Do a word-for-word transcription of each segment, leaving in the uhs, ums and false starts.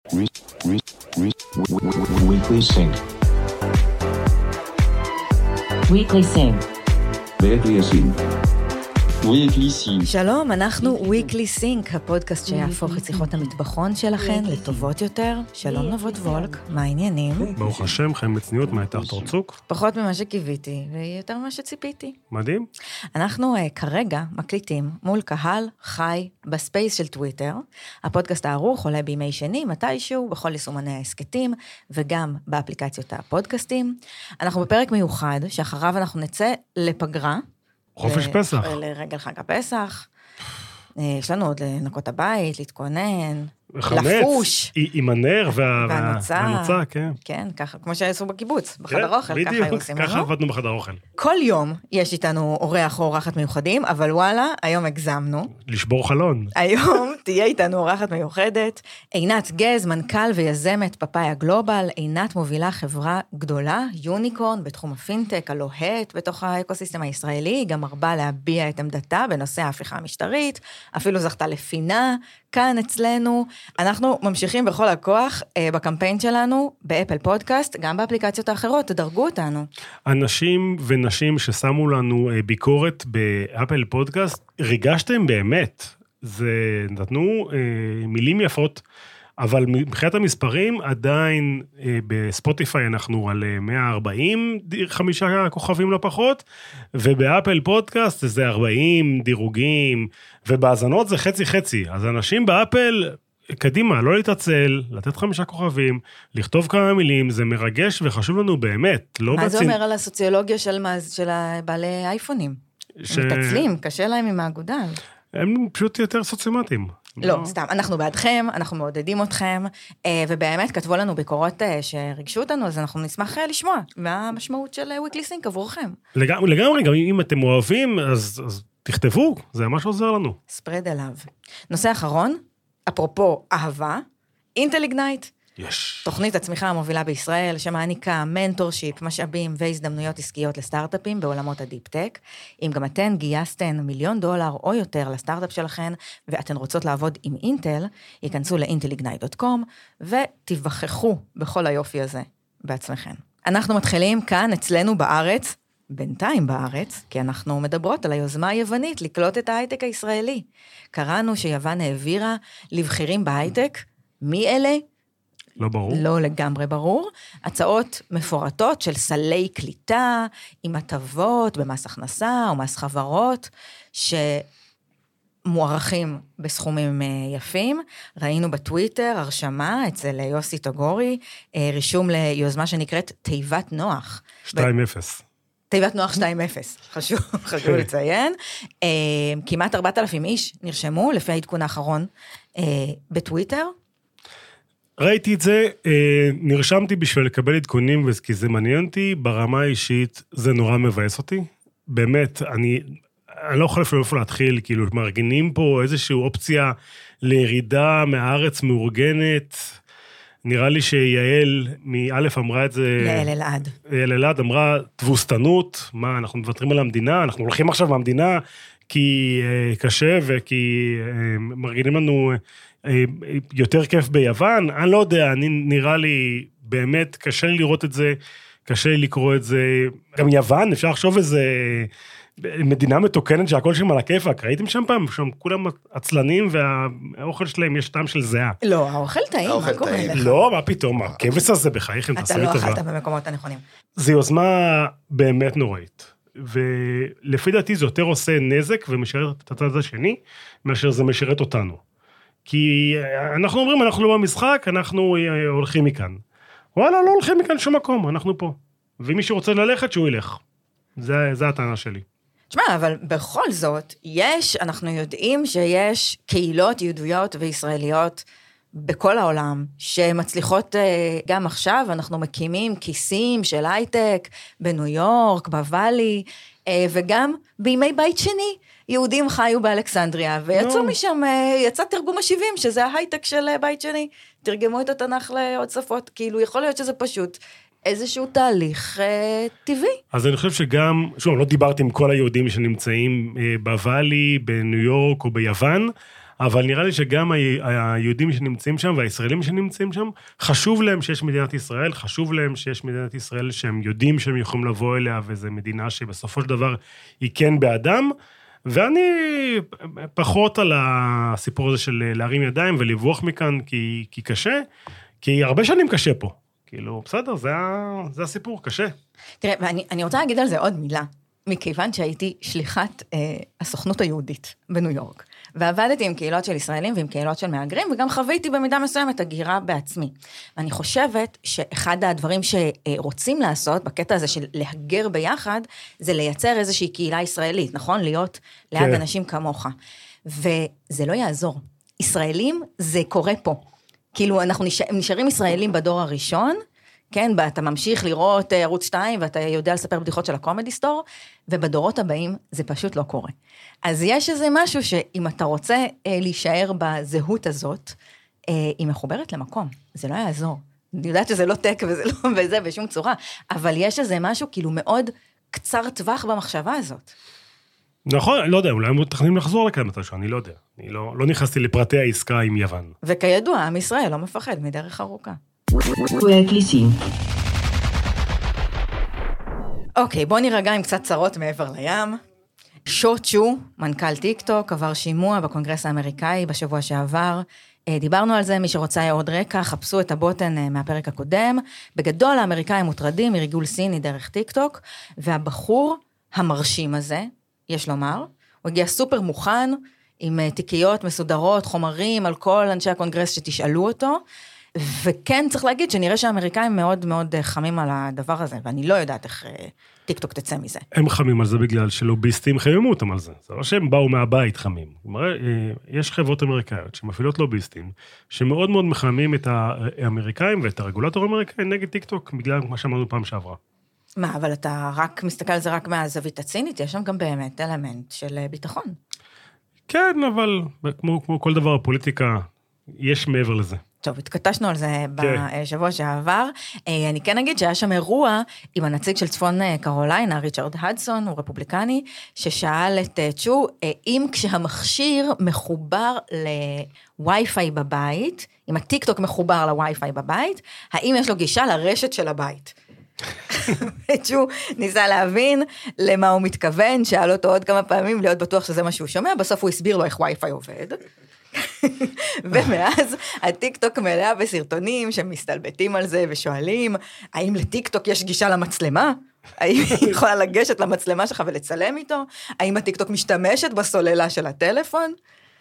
Weekly Sync. Weekly Sync. Weekly Sync. Weekly Sync. שלום, אנחנו Weekly Sync, הפודקאסט שיהפוך את שיחות המטבחון שלכן לטובות יותר. שלום נבות וולק, מה העניינים? ברוך השם, חיים בצניעות, מה הייתה תורצוק? פחות ממה שקיוויתי, ויותר ממה שציפיתי. מדהים. אנחנו uh, כרגע מקליטים מול קהל חי בספייס של טוויטר. הפודקאסט הערוך עולה בימי שני, מתישהו, בכל יישומני העסקתים, וגם באפליקציות הפודקאסטים. אנחנו בפרק מיוחד, שאחריו אנחנו נצא לפגרה, חופש ל- פסח. לרגל חג הפסח. יש לנו עוד לנקות הבית, להתכונן, חמץ, לפוש. עם הנר וה... והנוצה. והנוצה, כן. כן, ככה, כמו שעשו בקיבוץ, בחדר כן, אוכל, ככה היו בדיוק, עושים ככה לנו. עבדנו בחדר אוכל. כל יום יש איתנו אורח או אורחת מיוחדים, אבל וואלה, היום הגזמנו. לשבור חלון. היום תהיה איתנו אורחת מיוחדת, עינת גז, מנכ"ל ויזמת פאפאיה גלובל. עינת מובילה חברה גדולה, יוניקורן, בתחום הפינטק, הלוהט בתוך האקוסיסטם הישראלי, היא גם מרבה להביע את עמדתה בנושא ההפיכה המשטרית, אפילו זכתה לפינה כאן אצלנו. אנחנו ממשיכים בכל הכוח אה, בקמפיין שלנו, באפל פודקאסט, גם באפליקציות האחרות, תדרגו אותנו. אנשים ונשים ששמו לנו אה, ביקורת באפל פודקאסט, ריגשתם באמת. זה נתנו אה, מילים יפות, אבל מבחינת המספרים, עדיין אה, בספוטיפיי אנחנו על אה, מאה וארבעים, חמישה כוכבים לא פחות, ובאפל פודקאסט זה ארבעים דירוגים, ובהאזנות זה חצי חצי. אז אנשים באפל, קדימה, לא להתעצל, לתת חמישה כוכבים, לכתוב כמה מילים, זה מרגש וחשוב לנו באמת. לא מה בצין... זה אומר על הסוציולוגיה של, של בעלי אייפונים? ש... הם מתעצלים, קשה להם עם האגודל. הם פשוט יותר סוציומטיים. לא, סתם, אנחנו בעדכם, אנחנו מעודדים אתכם, ובאמת כתבו לנו ביקורות שרגשו אותנו, אז אנחנו נשמח לשמוע מה המשמעות של Weekly Sync עבורכם. לגמרי, לגמרי, גם אם אתם אוהבים, אז, אז תכתבו, זה ממש עוזר לנו. ספרד עליו. נושא אחרון, אפרופו אהבה, אינטליגנייט, יש. תוכנית הצמיחה המובילה בישראל, שמעניקה מנטורשיפ, משאבים והזדמנויות עסקיות לסטארט-אפים בעולמות הדיפ-טק. אם גם אתן גייסתן מיליון דולר או יותר לסטארט-אפ שלכן, ואתן רוצות לעבוד עם אינטל, ייכנסו ל-אינטליגנייט דוט קום, ותיווכחו בכל היופי הזה בעצמכן. אנחנו מתחילים כאן אצלנו בארץ, בינתיים בארץ, כי אנחנו מדברות על היוזמה היוונית לקלוט את ההייטק הישראלי. קראנו שיוון העבירה לבחירים בהייטק, מי אלה? לא ברור. לא לגמרי ברור. הצעות מפורטות של סלי קליטה, עם הטבות במס הכנסה או מס חברות, שמוערכים בסכומים יפים. ראינו בטוויטר הרשמה אצל יוסי טוגורי, רישום ליוזמה שנקראת תיבת נוח. שתיים אפס. תיבת נוח שתיים אפס, חשוב, חשוב לציין. כמעט ארבעת אלפים איש נרשמו, לפי העדכון האחרון, בטוויטר. ראיתי את זה, נרשמתי בשביל לקבל עדכונים, כי זה מעניין אותי, ברמה האישית זה נורא מבאס אותי. באמת, אני, אני לא יכול אפילו איפה להתחיל, כאילו, מארגנים פה איזושהי אופציה לירידה מהארץ מאורגנת. נראה לי שיעל מאלף אמרה את זה... יעל אלעד. יעל אלעד אמרה, תבוסתנות, מה, אנחנו מוותרים על המדינה, אנחנו הולכים עכשיו מהמדינה, כי אה, קשה וכי אה, מרגילים לנו אה, יותר כיף ביוון, אני לא יודע, אני, נראה לי באמת קשה לי לראות את זה, קשה לי לקרוא את זה, גם יוון, אפשר לחשוב איזה מדינה מתוקנת שהכל שם על הכיפק, ראיתם שם פעם, שם כולם עצלנים והאוכל שלהם יש טעם של זהה. לא, האוכל טעים, מה קורה לך? לא, מה פתאום, הכבש הזה בחייכם, אתה לא אכלת במקומות הנכונים. זו יוזמה באמת נוראית. ולפי דעתי זה יותר עושה נזק ומשרת את הצד השני, מאשר זה משרת אותנו. כי אנחנו אומרים, אנחנו לא במשחק, אנחנו הולכים מכאן. וואלה, לא הולכים מכאן שום מקום, אנחנו פה. ואם מישהו רוצה ללכת, שהוא ילך. זה, זה הטענה שלי. תשמע, אבל בכל זאת, יש, אנחנו יודעים שיש קהילות יהודיות וישראליות בכל העולם, שמצליחות גם עכשיו, אנחנו מקימים כיסים של הייטק, בניו יורק, בוואלי, וגם בימי בית שני, יהודים חיו באלכסנדריה, ויצאו משם, יצא תרגום ה-שבעים, שזה ההייטק של בית שני, תרגמו את התנ"ך לעוד שפות, כאילו יכול להיות שזה פשוט איזשהו תהליך אה, טבעי. אז אני חושב שגם, שוב, לא דיברתי עם כל היהודים שנמצאים אה, בוואלי, בניו יורק או ביוון, אבל נראה לי שגם היהודים שנמצאים שם, והישראלים שנמצאים שם, חשוב להם שיש מדינת ישראל, חשוב להם שיש מדינת ישראל, שהם יודעים שהם יכולים לבוא אליה, וזו מדינה שבסופו של דבר היא כן באדם, ואני פחות על הסיפור הזה של להרים ידיים ולברוח מכאן, כי, כי קשה, כי הרבה שנים קשה פה. כאילו, בסדר, זה, זה הסיפור, קשה. תראה, ואני אני רוצה להגיד על זה עוד מילה, מכיוון שהייתי שליחת אה, הסוכנות היהודית בניו יורק, ועבדתי עם קהילות של ישראלים ועם קהילות של מהגרים, וגם חוויתי במידה מסוימת הגירה בעצמי. ואני חושבת שאחד הדברים שרוצים לעשות, בקטע הזה של להגר ביחד, זה לייצר איזושהי קהילה ישראלית, נכון? להיות ליד כן. אנשים כמוך. וזה לא יעזור. ישראלים, זה קורה פה. כאילו, אנחנו נשאר, נשארים ישראלים בדור הראשון, כן, אתה ממשיך לראות ערוץ שתיים, ואתה יודע לספר בדיחות של הקומדי סטור, ובדורות הבאים זה פשוט לא קורה. אז יש איזה משהו שאם אתה רוצה אה, להישאר בזהות הזאת, אה, היא מחוברת למקום, זה לא יעזור. אני יודעת שזה לא טק וזה לא וזה בשום צורה, אבל יש איזה משהו כאילו מאוד קצר טווח במחשבה הזאת. נכון, לא יודע, אולי הם מתכננים לחזור לכאן מתישהו, אני לא יודע. אני לא, לא נכנסתי לפרטי העסקה עם יוון. וכידוע, עם ישראל לא מפחד מדרך ארוכה. Weekly Sync. אוקיי, בוא נירגע עם קצת צרות מעבר לים. שו צ'ו, מנכ"ל טיק טוק, עבר שימוע בקונגרס האמריקאי בשבוע שעבר. דיברנו על זה, מי שרוצה עוד רקע, חפשו את הבוטן מהפרק הקודם. בגדול האמריקאים מוטרדים מריגול סיני דרך טיק טוק, והבחור המרשים הזה, יש לומר, הוא הגיע סופר מוכן, עם תיקיות מסודרות, חומרים על כל אנשי הקונגרס שתשאלו אותו, וכן צריך להגיד שנראה שהאמריקאים מאוד מאוד חמים על הדבר הזה, ואני לא יודעת איך טיק טוק תצא מזה. הם חמים על זה בגלל שלוביסטים חיימו אותם על זה. זה לא שהם באו מהבית חמים. יש חברות אמריקאיות שמפעילות לוביסטים, שמאוד מאוד מחמים את האמריקאים ואת הרגולטור האמריקאי נגד טיק טוק, בגלל מה שאמרנו פעם שעברה. מה, אבל אתה רק מסתכל על זה רק מהזווית הצינית, יש שם גם באמת אלמנט של ביטחון. כן, אבל כמו, כמו כל דבר הפוליטיקה, יש מעבר לזה. טוב, התקטשנו על זה בשבוע שעבר. אני כן אגיד שהיה שם אירוע עם הנציג של צפון קרוליינה, ריצ'רד הדסון, הוא רפובליקני, ששאל את צ'ו, אם כשהמכשיר מחובר לווי-פיי בבית, אם הטיק-טוק מחובר לווי-פיי בבית, האם יש לו גישה לרשת של הבית? צ'ו ניסה להבין למה הוא מתכוון, שאל אותו עוד כמה פעמים להיות בטוח שזה מה שהוא שומע, בסוף הוא הסביר לו איך ווי-פיי עובד. ומאז הטיק-טוק מלאה בסרטונים שמסתלבטים על זה ושואלים, האם לטיק-טוק יש גישה למצלמה? האם היא יכולה לגשת למצלמה שלך ולצלם איתו? האם הטיק-טוק משתמשת בסוללה של הטלפון?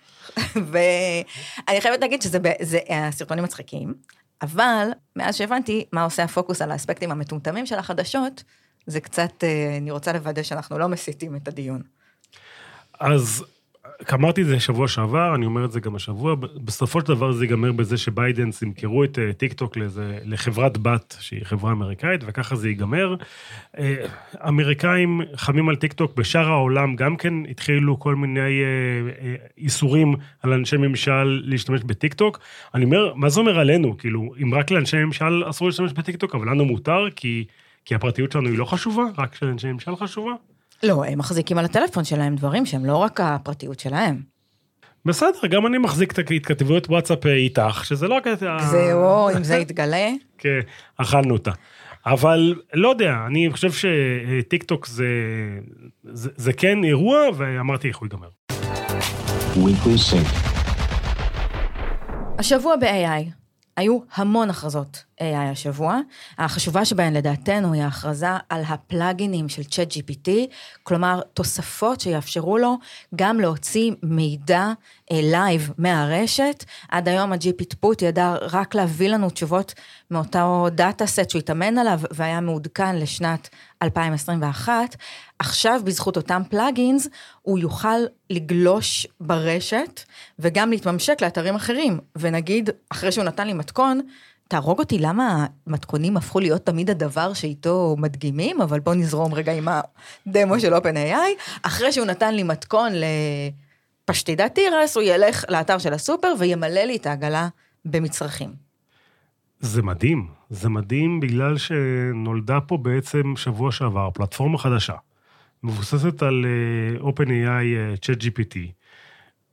ואני חייבת להגיד שזה הסרטונים מצחיקים, אבל מאז שהבנתי מה עושה הפוקוס על האספקטים המטומטמים של החדשות, זה קצת, אני רוצה לוודא שאנחנו לא מסיטים את הדיון. אז אמרתי את זה שבוע שעבר, אני אומר את זה גם השבוע, בסופו של דבר זה ייגמר בזה שביידנס ימכרו את טיק טוק לחברת בת, שהיא חברה אמריקאית, וככה זה ייגמר. אמריקאים חמים על טיק טוק, בשאר העולם גם כן התחילו כל מיני איסורים על אנשי ממשל להשתמש בטיק טוק. אני אומר, מה זה אומר עלינו? כאילו, אם רק לאנשי ממשל אסור להשתמש בטיק טוק, אבל לנו מותר, כי, כי הפרטיות שלנו היא לא חשובה, רק שלאנשי ממשל חשובה. לא, הם מחזיקים על הטלפון שלהם דברים שהם לא רק הפרטיות שלהם. בסדר, גם אני מחזיק את הכתבויות וואטסאפ איתך, שזה לא... זהו, אם זה יתגלה. כן, אכלנו אותה. אבל לא יודע, אני חושב שטיק טוק זה, זה, זה כן אירוע, ואמרתי איך הוא ייגמר. Weekly Sync. השבוע ב-איי איי. היו המון הכרזות איי איי השבוע, החשובה שבהן לדעתנו היא ההכרזה על הפלאגינים של צ'אט ג'י פי טי, כלומר תוספות שיאפשרו לו גם להוציא מידע לייב מהרשת, עד היום הג'י פי טי ידע רק להביא לנו תשובות מאותו דאטה סט שהוא התאמן עליו והיה מעודכן לשנת אלפיים עשרים ואחת, עכשיו בזכות אותם פלאגינס הוא יוכל לגלוש ברשת וגם להתממשק לאתרים אחרים, ונגיד אחרי שהוא נתן לי מתכון, תהרוג אותי למה המתכונים הפכו להיות תמיד הדבר שאיתו מדגימים, אבל בוא נזרום רגע עם הדמו של אופן איי איי, אחרי שהוא נתן לי מתכון לפשטידת תירס, הוא ילך לאתר של הסופר וימלא לי את העגלה במצרכים. זה מדהים, זה מדהים בגלל שנולדה פה בעצם שבוע שעבר, פלטפורמה חדשה, מבוססת על אופן איי איי צ'אט ג'י פי טי,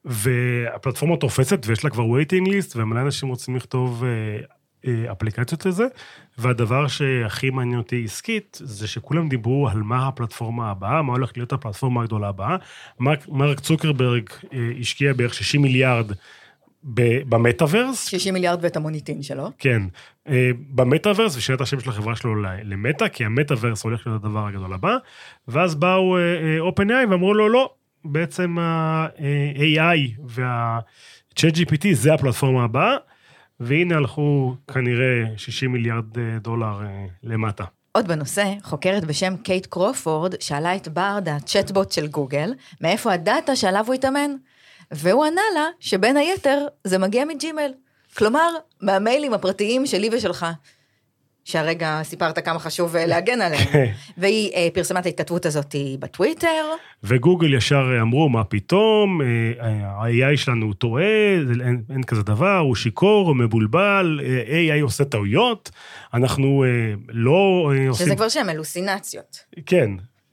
והפלטפורמה תופסת, ויש לה כבר waiting list, ומלא אנשים רוצים לכתוב אפליקציות לזה, והדבר שהכי מעניין אותי עסקית, זה שכולם דיברו על מה הפלטפורמה הבאה, מה הולך להיות הפלטפורמה הגדולה הבאה. מרק צוקרברג השקיע בערך שישים מיליארד במטאברס. שישים מיליארד ואת המוניטין שלו. כן, במטאברס, ושינה את השם של החברה שלו למטא, כי המטאברס הולך להיות הדבר הגדול הבא, ואז באו OpenAI ואמרו לו, לא, בעצם ה-איי איי וה-צ'אט ג'י פי טי זה הפלטפורמה הבאה, והנה הלכו כנראה שישים מיליארד דולר למטה. עוד בנושא, חוקרת בשם קייט קרופורד, שאלה את בארד, הצ'טבוט של גוגל, מאיפה הדאטה שעליו הוא התאמן? והוא ענה לה שבין היתר זה מגיע מג'ימל. כלומר, מהמיילים הפרטיים שלי ושלך, שהרגע סיפרת כמה חשוב להגן עליהם. והיא פרסמה את ההתכתבות הזאת בטוויטר. וגוגל ישר אמרו, מה פתאום, ה-איי איי שלנו הוא טועה, אין, אין כזה דבר, הוא שיקור, הוא מבולבל, איי איי עושה טעויות, אנחנו לא עושים... שזה כבר שם, אלוסינציות. כן.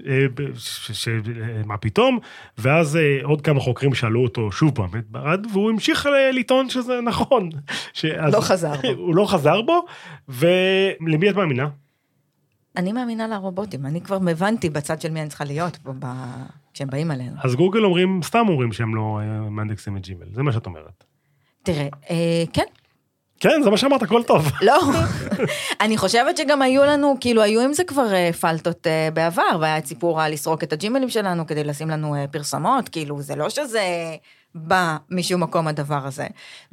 מה פתאום, ואז עוד כמה חוקרים שאלו אותו שוב פעם, והוא המשיך לטעון שזה נכון. לא חזר בו. הוא לא חזר בו, ולמי את מאמינה? אני מאמינה לרובוטים, אני כבר הבנתי בצד של מי אני צריכה להיות, כשהם באים עלינו. אז גוגל אומרים, סתם אומרים שהם לא מאנדקסים את ג'ימל, זה מה שאת אומרת. תראה, כן. כן, זה מה שאמרת, הכל טוב. לא, אני חושבת שגם היו לנו, כאילו היו עם זה כבר פלטות בעבר, והיה את סיפור על לסרוק את הג'ימלים שלנו, כדי לשים לנו פרסמות, כאילו זה לא שזה בא משום מקום הדבר הזה,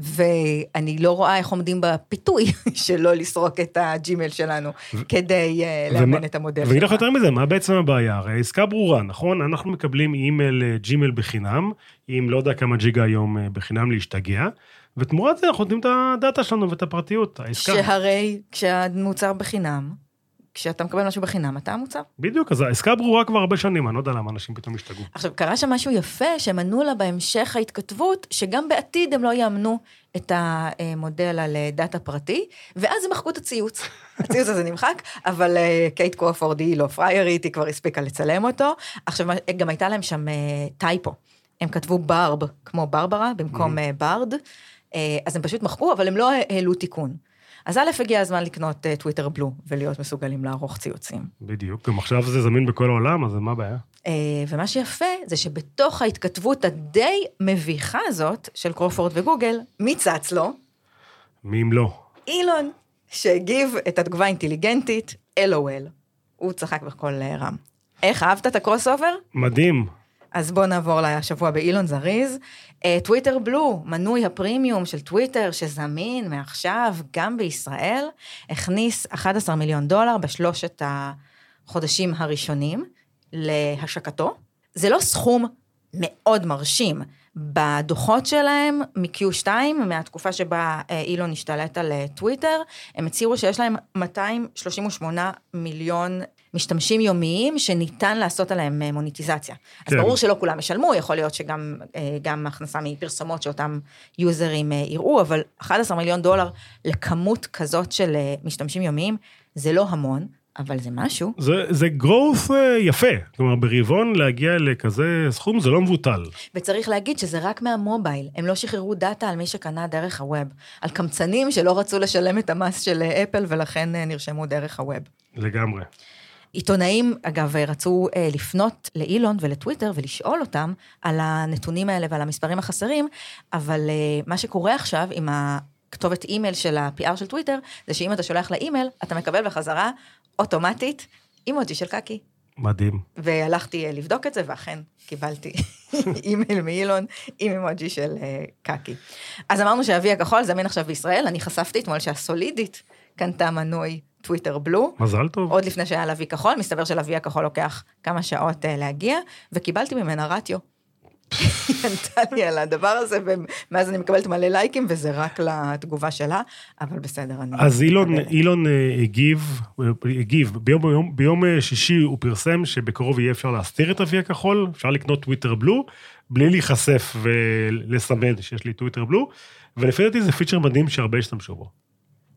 ואני לא רואה איך עומדים בפיתוי שלא לסרוק את הג'ימל שלנו, כדי לאמן את המודל שלנו. ואגיד לך יותר מזה, מה בעצם הבעיה? הרי עסקה ברורה, נכון? אנחנו מקבלים אימייל ג'ימל בחינם, עם לא יודע כמה ג'יגה היום בחינם להשתגע, ותמורת זה אנחנו נותנים את הדאטה שלנו ואת הפרטיות, העסקה. שהרי כשהמוצר בחינם, כשאתה מקבל משהו בחינם, אתה המוצר. בדיוק, אז העסקה ברורה כבר הרבה שנים, אני לא יודע למה אנשים פתאום השתגעו. עכשיו, קרה שם משהו יפה, שהם ענו לה בהמשך ההתכתבות, שגם בעתיד הם לא יאמנו את המודל על דאטה פרטי, ואז הם מחקו את הציוץ. הציוץ הזה נמחק, אבל קייט קרופורד היא לא פריירית, היא כבר הספיקה לצלם אותו. עכשיו, גם הייתה להם שם טייפו. הם כתבו ברב, כמו ברברה, במקום ברד, אז הם פשוט מחקו, אבל הם לא העלו תיקון. אז א' הגיע הזמן לקנות טוויטר בלו, ולהיות מסוגלים לערוך ציוצים. בדיוק, גם עכשיו זה זמין בכל העולם, אז מה הבעיה? ומה שיפה, זה שבתוך ההתכתבות הדי מביכה הזאת, של קרופורד וגוגל, מי צץ לו? מי אם לא? אילון, שהגיב את התגובה האינטליגנטית, אל או אל. הוא צחק בכל רם. איך אהבת את הקרוס אובר? מדהים. אז בואו נעבור לשבוע באילון זריז. טוויטר בלו, מנוי הפרימיום של טוויטר, שזמין מעכשיו גם בישראל, הכניס אחד עשר מיליון דולר בשלושת החודשים הראשונים להשקתו. זה לא סכום מאוד מרשים. בדוחות שלהם מ-קיו שתיים, מהתקופה שבה אילון השתלט על טוויטר, הם הצהירו שיש להם מאתיים שלושים ושמונה מיליון משתמשים יומיים שניתן לעשות עליהם מוניטיזציה. אז ברור שלא כולם ישלמו, יכול להיות שגם גם הכנסה מפרסומות שאותם יוזרים יראו, אבל אחד עשר מיליון דולר לכמות כזאת של משתמשים יומיים, זה לא המון, אבל זה משהו. זה, זה growth יפה, כלומר ברבעון להגיע לכזה סכום זה לא מבוטל. וצריך להגיד שזה רק מהמובייל, הם לא שחררו דאטה על מי שקנה דרך הווב, על קמצנים שלא רצו לשלם את המס של אפל ולכן נרשמו דרך הווב. לגמרי. עיתונאים, אגב, רצו לפנות לאילון ולטוויטר ולשאול אותם על הנתונים האלה ועל המספרים החסרים, אבל מה שקורה עכשיו עם הכתובת אימייל של ה-פי אר של טוויטר, זה שאם אתה שולח לאימייל, אתה מקבל בחזרה אוטומטית אימוג'י של קאקי. מדהים. והלכתי לבדוק את זה, ואכן קיבלתי אימייל מאילון עם אימוג'י של קאקי. אז אמרנו שהאבי הכחול זמין עכשיו בישראל, אני חשפתי אתמול שהסולידית קנתה מנוי טוויטר בלו. מזל טוב. עוד לפני שהיה לאבי כחול, מסתבר שלאבי הכחול לוקח כמה שעות להגיע, וקיבלתי ממנה רטיו. היא ענתה לי על הדבר הזה, ומאז אני מקבלת מלא לייקים, וזה רק לתגובה שלה, אבל בסדר, אני... אז אילון, אילון הגיב, הגיב, ביום, ביום, ביום שישי הוא פרסם שבקרוב יהיה אפשר להסתיר את אבי הכחול, אפשר לקנות טוויטר בלו, בלי להיחשף ולסמד שיש לי טוויטר בלו, ולפי דעתי זה פיצ'ר מדהים שהרבה השתמשו בו.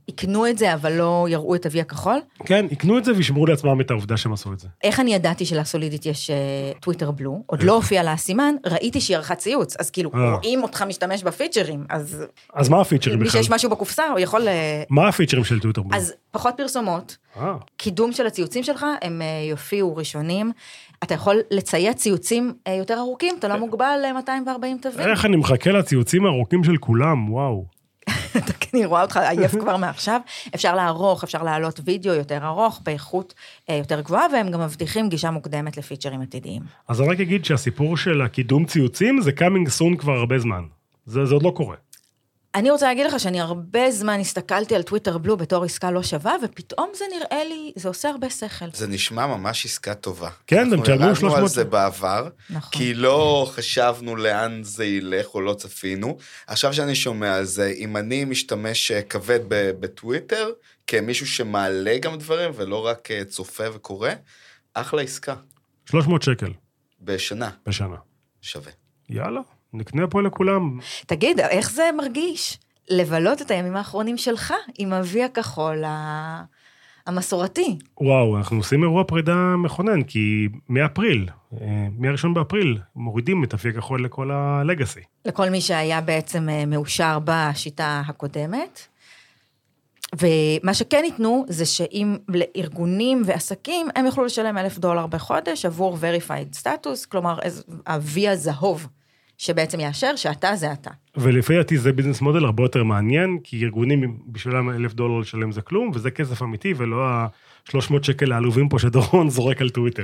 יקנו את זה, אבל לא יראו את אבי הכחול? כן, יקנו את זה וישמרו לעצמם את העובדה שהם עשו את זה. איך אני ידעתי שלסולידית יש טוויטר בלו? עוד לא הופיע לה סימן, ראיתי שהיא ערכה ציוץ, אז כאילו, רואים אותך משתמש בפיצ'רים, אז... אז מה הפיצ'רים בכלל? מי שיש משהו בקופסה, הוא יכול... מה הפיצ'רים של טוויטר בלו? אז פחות פרסומות, קידום של הציוצים שלך, הם יופיעו ראשונים, אתה יכול לציית ציוצים יותר ארוכים, אתה לא מוגבל ל-מאתיים וארבעים תווים. איך אני מחכה לציוצים הארוכים של כולם, וואו. אני רואה אותך עייף כבר מעכשיו, אפשר לערוך, אפשר להעלות וידאו יותר ארוך, באיכות יותר גבוהה, והם גם מבטיחים גישה מוקדמת לפיצ'רים עתידיים. אז אני רק אגיד שהסיפור של הקידום ציוצים, זה coming soon כבר הרבה זמן. זה, זה עוד לא קורה. אני רוצה להגיד לך שאני הרבה זמן הסתכלתי על טוויטר בלו בתור עסקה לא שווה, ופתאום זה נראה לי, זה עושה הרבה שכל. זה נשמע ממש עסקה טובה. כן, זה משלמו שלוש מאות. אנחנו ירדנו על זה בעבר, נכון. כי לא חשבנו לאן זה ילך או לא צפינו. עכשיו שאני שומע על זה, אם אני משתמש כבד בטוויטר, כמישהו שמעלה גם דברים, ולא רק צופה וקורא, אחלה עסקה. שלוש מאות שקל. בשנה. בשנה. שווה. יאללה. נקנה פה לכולם. תגיד, איך זה מרגיש? לבלות את הימים האחרונים שלך עם אבי הכחול המסורתי. וואו, אנחנו עושים אירוע פרידה מכונן, כי מאפריל, מהראשון באפריל, מורידים את אבי הכחול לכל הלגאסי. לכל מי שהיה בעצם מאושר בשיטה הקודמת. ומה שכן ייתנו, זה שאם לארגונים ועסקים, הם יוכלו לשלם אלף דולר בחודש, עבור verified status, כלומר, אבי הזהוב. שבעצם יאשר שאתה זה אתה. ולפי דעתי זה ביזנס מודל הרבה יותר מעניין, כי ארגונים בשבילם אלף דולר לשלם זה כלום, וזה כסף אמיתי, ולא ה-שלוש מאות שקל העלובים פה שדורון זורק על טוויטר.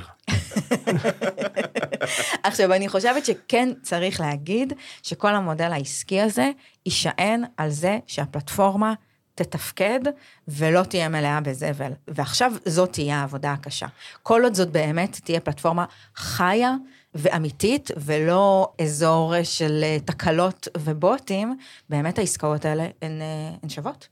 עכשיו, אני חושבת שכן צריך להגיד, שכל המודל העסקי הזה, יישען על זה שהפלטפורמה תתפקד, ולא תהיה מלאה בזבל. ועכשיו זאת תהיה העבודה הקשה. כל עוד זאת באמת תהיה פלטפורמה חיה, ואמיתית, ולא אזור של תקלות ובוטים, באמת העסקאות האלה הן, הן שוות.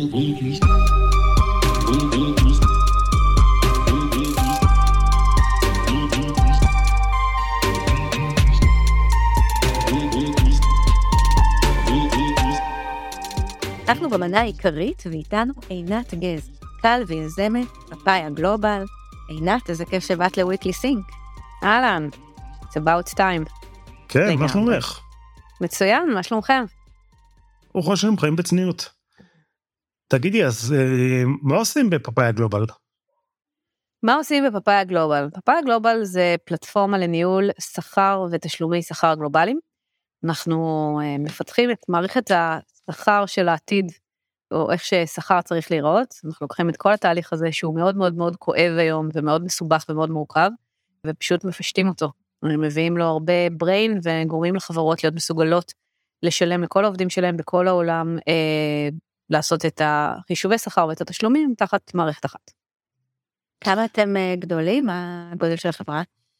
אנחנו במנה העיקרית, ואיתנו עינת גז, קל ויזמת, פאפאיה גלובל. עינת, איזה כיף שבאת לוויקלי סינק. אהלן. It's about time. כן, מה שלומך? מצוין, מה שלומכם? אוכל שהם חיים בצניעות. תגידי, אז מה עושים בפאפאיה גלובל? מה עושים בפאפאיה גלובל? פאפאיה גלובל זה פלטפורמה לניהול שכר ותשלומי שכר גלובליים. אנחנו מפתחים את מערכת השכר של העתיד, או איך ששכר צריך להיראות. אנחנו לוקחים את כל התהליך הזה, שהוא מאוד מאוד מאוד כואב היום, ומאוד מסובך ומאוד מורכב, ופשוט מפשטים אותו. מביאים לו הרבה brain, וגורמים לחברות להיות מסוגלות לשלם לכל העובדים שלהם בכל העולם, אה, לעשות את החישובי שכר ואת התשלומים תחת מערכת אחת. כמה אתם אה, גדולים, הגודל של החברה?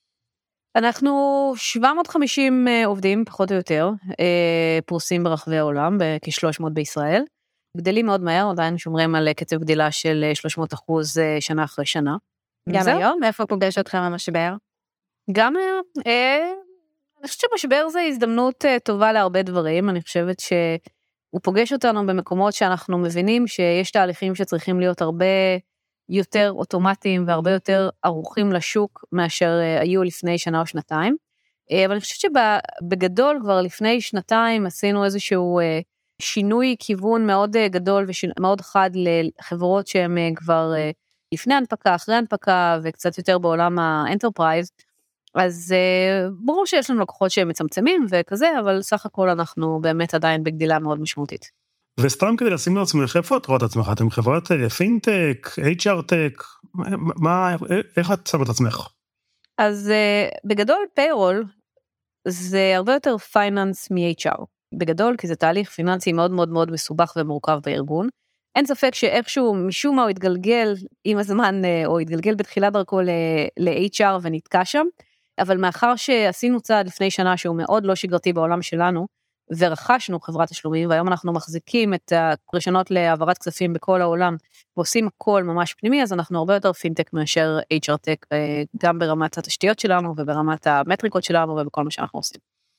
אנחנו שבע מאות וחמישים אה, עובדים, פחות או יותר, אה, פרוסים ברחבי העולם, בכ-שלוש מאות בישראל. גדלים מאוד מהר, עדיין שומרים על קצב גדילה של שלוש מאות אחוז אה, שנה אחרי שנה. גם זהו? היום? איפה פוגש אתכם המשבר? גם, אה, אני חושבת שמשבר זה הזדמנות אה, טובה להרבה דברים, אני חושבת שהוא פוגש אותנו במקומות שאנחנו מבינים שיש תהליכים שצריכים להיות הרבה יותר אוטומטיים והרבה יותר ערוכים לשוק מאשר אה, היו לפני שנה או שנתיים, אה, אבל אני חושבת שבגדול כבר לפני שנתיים עשינו איזשהו אה, שינוי כיוון מאוד אה, גדול ומאוד חד לחברות שהן אה, כבר אה, לפני הנפקה, אחרי הנפקה וקצת יותר בעולם האנטרפרייז, אז uh, ברור שיש לנו לקוחות שהם מצמצמים וכזה, אבל סך הכל אנחנו באמת עדיין בגדילה מאוד משמעותית. וסתם כדי לשים לעצמך, איפה את רואה את עצמך? אתם חברת פינטק, אייץ' אר טק, מה, איך את שמת את עצמך? אז uh, בגדול פיירול, זה הרבה יותר פייננס מ-אייץ' אר. בגדול, כי זה תהליך פיננסי מאוד מאוד מאוד מסובך ומורכב בארגון. אין ספק שאיכשהו משום מה הוא התגלגל עם הזמן, או התגלגל בתחילת דרכו ל-אייץ' אר ונתקע שם, אבל מאחר שעשינו צעד לפני שנה שהוא מאוד לא שגרתי בעולם שלנו, ורכשנו חברת תשלומים, והיום אנחנו מחזיקים את הרשיונות להעברת כספים בכל העולם, ועושים הכל ממש פנימי, אז אנחנו הרבה יותר פינטק מאשר אייץ' אר טק, גם ברמת התשתיות שלנו, וברמת המטריקות שלנו, ובכל מה שאנחנו עושים.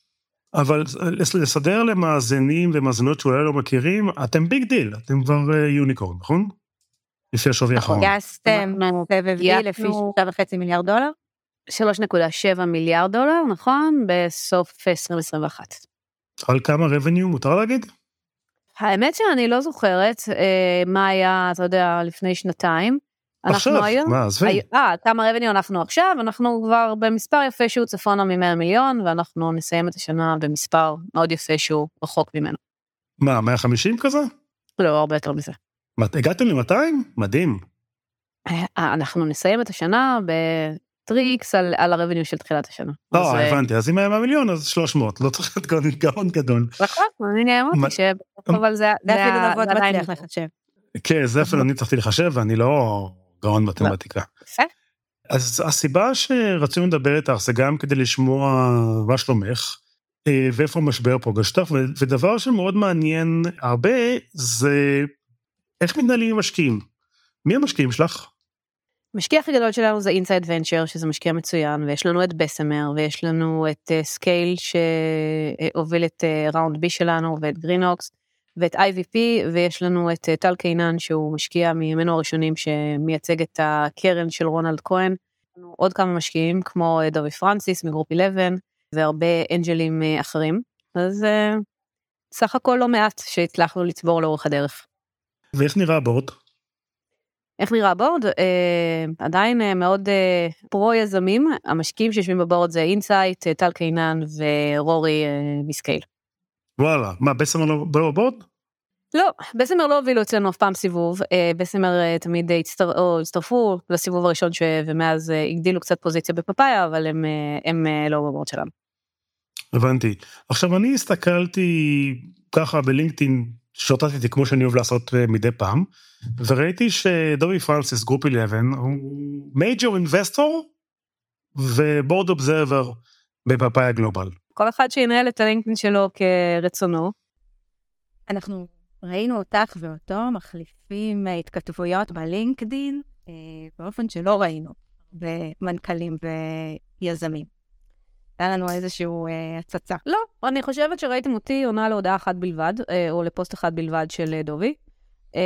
אבל לסדר למאזינים ומאזינות שאולי לא מכירים, אתם ביג דיל, אתם כבר יוניקורן, נכון? לפי השווי האחרון. גייסתם סבב בי לפי שלושה וחצי מיליארד דולר? שלוש נקודה שבע מיליארד דולר, נכון? בסוף עשרים עשרים ואחת. על כמה רבניו מותר להגיד? האמת שאני לא זוכרת אה, מה היה, אתה יודע, לפני שנתיים. עכשיו, היום, מה, עזבי. אה, כמה רבניו אנחנו עכשיו, אנחנו כבר במספר יפה שהוא צפונה מ-מאה מיליון, ואנחנו נסיים את השנה במספר מאוד יפה שהוא רחוק ממנו. מה, מאה וחמישים כזה? לא, הרבה יותר מזה. הגעתם ל-מאתיים? מדהים. אנחנו נסיים את השנה בטריקס על, על הרבניו של תחילת השנה. לא, אז, הבנתי, אז אם היה מאה מיליון, אז שלוש מאות, לא צריך להיות גאון גדול. נכון, אני נאמרתי ש... אבל זה... זה אפילו נבוד מצליח לחשב. כן, זה אפילו אני צריכתי לחשב, ואני לא גאון מתמטיקה. יפה. אז הסיבה שרצינו לדבר איתך, זה גם כדי לשמוע מה שלומך, ואיפה המשבר פוגש אותך, ודבר שמאוד מעניין הרבה, זה איך מתנהלים עם משקיעים. מי המשקיעים שלך? המשקיע הכי גדול שלנו זה Inside Venture, שזה משקיע מצוין, ויש לנו את בסמר, ויש לנו את סקייל, שהוביל את ראונד בי שלנו, ואת גרינוקס, ואת איי וי פי, ויש לנו את טל קיינן, שהוא משקיע מימינו הראשונים, שמייצג את הקרן של רונלד כהן, עוד כמה משקיעים, כמו דובי פרנסיס, מגרופ אחת עשר, והרבה אנג'לים אחרים, אז סך הכל לא מעט, שהצלחנו לצבור לאורך הדרך. ואיך נראה הבורד? איך נראה הבורד? אה, עדיין אה, מאוד אה, פרו-יזמים, המשקיעים שיושבים בבורד זה אינסייט, טל קיינן ורורי אה, מסקייל. וואלה, מה, בסמר לא בבורד? לא, בסמר לא הובילו אצלנו אף פעם סיבוב, אה, בסמר אה, תמיד הצטר, או, הצטרפו לסיבוב הראשון ש... ומאז אה, הגדילו קצת פוזיציה בפאפאיה, אבל הם, אה, הם אה, לא בבורד שלנו. הבנתי. עכשיו אני הסתכלתי ככה בלינקדאין, שוטטתי כמו שאני אוהב לעשות מדי פעם, וראיתי שדובי פרנסיס, גרופ אחת עשר, הוא מייג'ור אינבסטור, ובורד אובזרבר בפאפאיה גלובל. כל אחד שינהל את הלינקדאין שלו כרצונו. אנחנו ראינו אותך ואותו, מחליפים התכתבויות בלינקדאין, באופן שלא ראינו, במנכלים ויזמים. היה לנו איזשהו אה, הצצה. לא, אני חושבת שראיתם אותי עונה להודעה אחת בלבד, אה, או לפוסט אחד בלבד של אה, דובי, אה,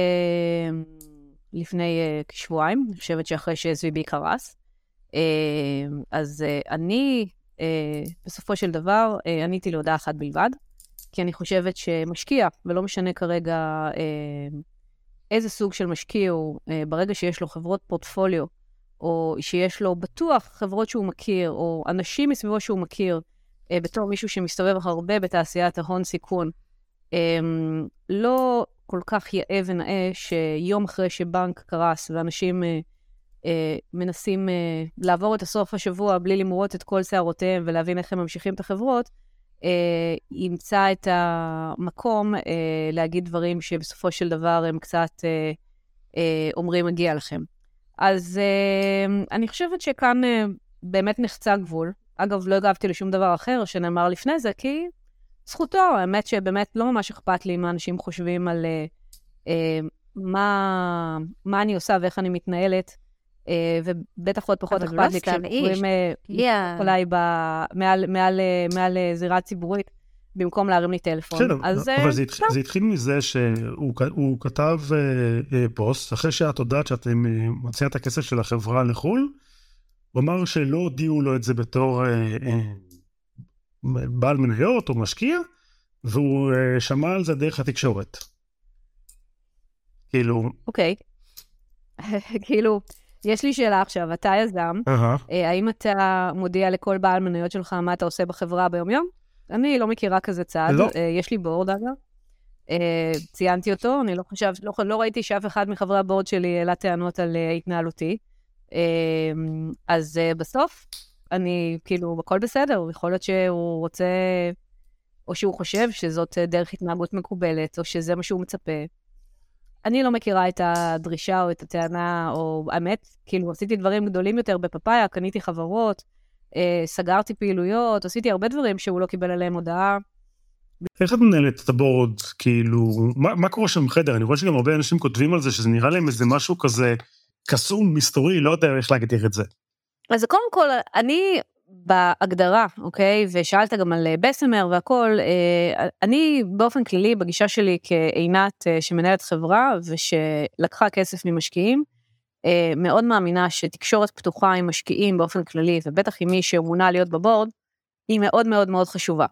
לפני אה, כשבועיים, אני חושבת שאחרי ש-אס וי בי קרס. אה, אז אה, אני, אה, בסופו של דבר, אה, עניתי להודעה אחת בלבד, כי אני חושבת שמשקיע, ולא משנה כרגע אה, איזה סוג של משקיע הוא, אה, ברגע שיש לו חברות פורטפוליו, או שיש לו בטוח חברות שהוא מכיר, או אנשים מסביבו שהוא מכיר, אה, בתור מישהו שמסתובב הרבה בתעשיית ההון סיכון, אה, לא כל כך יאה ונאה שיום אחרי שבנק קרס, ואנשים אה, אה, מנסים אה, לעבור את הסוף השבוע בלי למרות את כל שערותיהם, ולהבין איך הם ממשיכים את החברות, אה, ימצא את המקום אה, להגיד דברים שבסופו של דבר הם קצת אה, אה, אומרים מגיע לכם. אז uh, אני חושבת שכאן uh, באמת נחצה גבול. אגב, לא הגבתי לשום דבר אחר שנאמר לפני זה, כי זכותו, האמת שבאמת לא ממש אכפת לי מה אנשים חושבים על uh, uh, מה, מה אני עושה ואיך אני מתנהלת, uh, ובטח עוד פחות אכפת לי כשקוראים uh, אולי מעל, מעל, מעל זירה ציבורית, במקום להרים לי טלפון. כן, אז, אבל זה התחיל, זה התחיל מזה שהוא כתב פוסט, אחרי שאת יודעת שאתם מוציאה את הכסף של החברה לחול, הוא אמר שלא הודיעו לו את זה בתור בעל מניות או משקיע, והוא שמע על זה דרך התקשורת. כאילו... אוקיי. כאילו, יש לי שאלה עכשיו, אתה יזם, האם אתה מודיע לכל בעל מניות שלך מה אתה עושה בחברה ביום יום? אני לא מכירה כזה צעד, לא. יש לי בורד אגב, ציינתי אותו, אני לא חושב, לא, לא ראיתי שאף אחד מחברי הבורד שלי העלה טענות על התנהלותי, אז בסוף, אני כאילו, הכל בסדר, יכול להיות שהוא רוצה, או שהוא חושב שזאת דרך התנהגות מקובלת, או שזה מה שהוא מצפה. אני לא מכירה את הדרישה או את הטענה, או האמת, כאילו עשיתי דברים גדולים יותר בפאפאיה, קניתי חברות, סגרתי פעילויות, עשיתי הרבה דברים שהוא לא קיבל עליהם הודעה. איך את מנהלת את הבורד, כאילו, מה, מה קורה שם בחדר? אני רואה שגם הרבה אנשים כותבים על זה, שזה נראה להם איזה משהו כזה קסום, מסתורי, לא יודע איך להגדיר את זה. אז קודם כל, אני בהגדרה, אוקיי, ושאלת גם על בסמר והכל, אני באופן כללי, בגישה שלי כעינת שמנהלת חברה, ושלקחה כסף ממשקיעים, מאוד מאמינה שתקשורת פתוחה עם משקיעים באופן כללי, ובטח עם מי שמונה להיות בבורד, היא מאוד מאוד מאוד חשובה.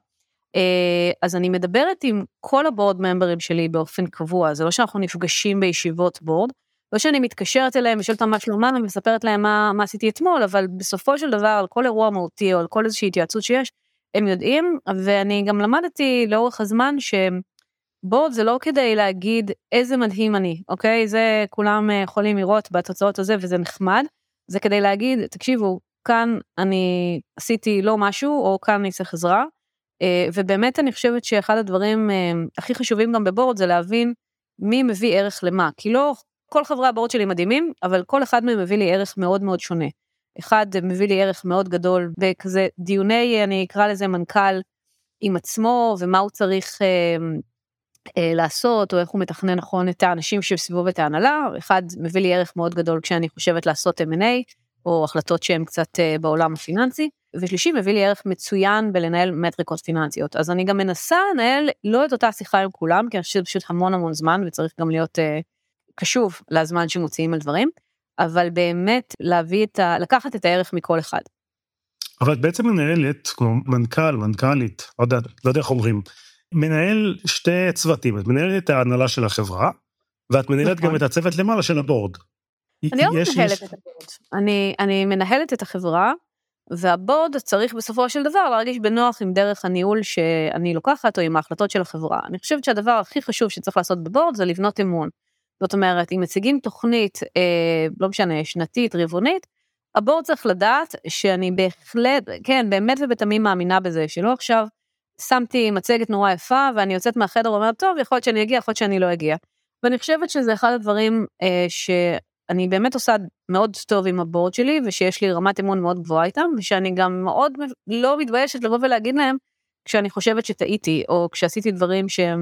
אז אני מדברת עם כל הבורד ממברים שלי באופן קבוע, זה לא שאנחנו נפגשים בישיבות בורד, לא שאני מתקשרת אליהם ושואלת מה שלומם ומספרת להם מה, מה עשיתי אתמול, אבל בסופו של דבר על כל אירוע מהותי או על כל איזושהי התייעצות שיש, הם יודעים, ואני גם למדתי לאורך הזמן שבורד זה לא כדי להגיד איזה מדהים אני, אוקיי? זה כולם יכולים לראות בתוצאות הזה וזה נחמד, זה כדי להגיד, תקשיבו, כאן אני עשיתי לא משהו או כאן אני צריך עזרה, ובאמת אני חושבת שאחד הדברים הכי חשובים גם בבורד זה להבין מי מביא ערך למה, כי לא כל חברי הבורד שלי מדהימים, אבל כל אחד מהם מביא לי ערך מאוד מאוד שונה. אחד מביא לי ערך מאוד גדול בכזה דיוני, אני אקרא לזה מנכ"ל עם עצמו, ומה הוא צריך אה, אה, לעשות, או איך הוא מתכנן נכון את האנשים שסביבו את ההנהלה. אחד מביא לי ערך מאוד גדול כשאני חושבת לעשות אם אנד איי, או החלטות שהן קצת אה, בעולם הפיננסי. ושלישי מביא לי ערך מצוין בלנהל מטריקות פיננסיות. אז אני גם מנסה לנהל לא את אותה שיחה עם כולם, כי אני חושבת פשוט המון המון זמן, וצריך גם להיות אה, קשוב לזמן שמוציאים על דברים, אבל באמת להביא את ה... לקחת את הערך מכל אחד. אבל את בעצם מנהלת, כמו מנכ"ל, מנכ"לית, לא יודע, לא יודע איך אומרים, מנהל שתי צוותים, את מנהלת את ההנהלה של החברה, ואת מנהלת גם את הצוות למעלה של הבורד. אני לא מנהלת את הבורד, אני, אני מנהלת את החברה, והבורד צריך בסופו של דבר להרגיש בנוח עם דרך הניהול שאני לוקחת, או עם ההחלטות של החברה. אני חושבת שהדבר הכי חשוב שצריך לעשות בבורד, זה לבנות אמון. זאת אומרת, אם מציגים תוכנית, אה, לא משנה, שנתית, רבעונית, הבורד צריך לדעת שאני בהחלט, כן, באמת ובתמים מאמינה בזה, שלא עכשיו שמתי מצגת נורא יפה, ואני יוצאת מהחדר ואומרת, טוב, יכול להיות שאני אגיע, יכול להיות שאני לא אגיע. ואני חושבת שזה אחד הדברים אה, שאני באמת עושה מאוד טוב עם הבורד שלי, ושיש לי רמת אמון מאוד גבוהה איתם, ושאני גם מאוד לא מתביישת לבוא ולהגיד להם, כשאני חושבת שטעיתי, או כשעשיתי דברים שהם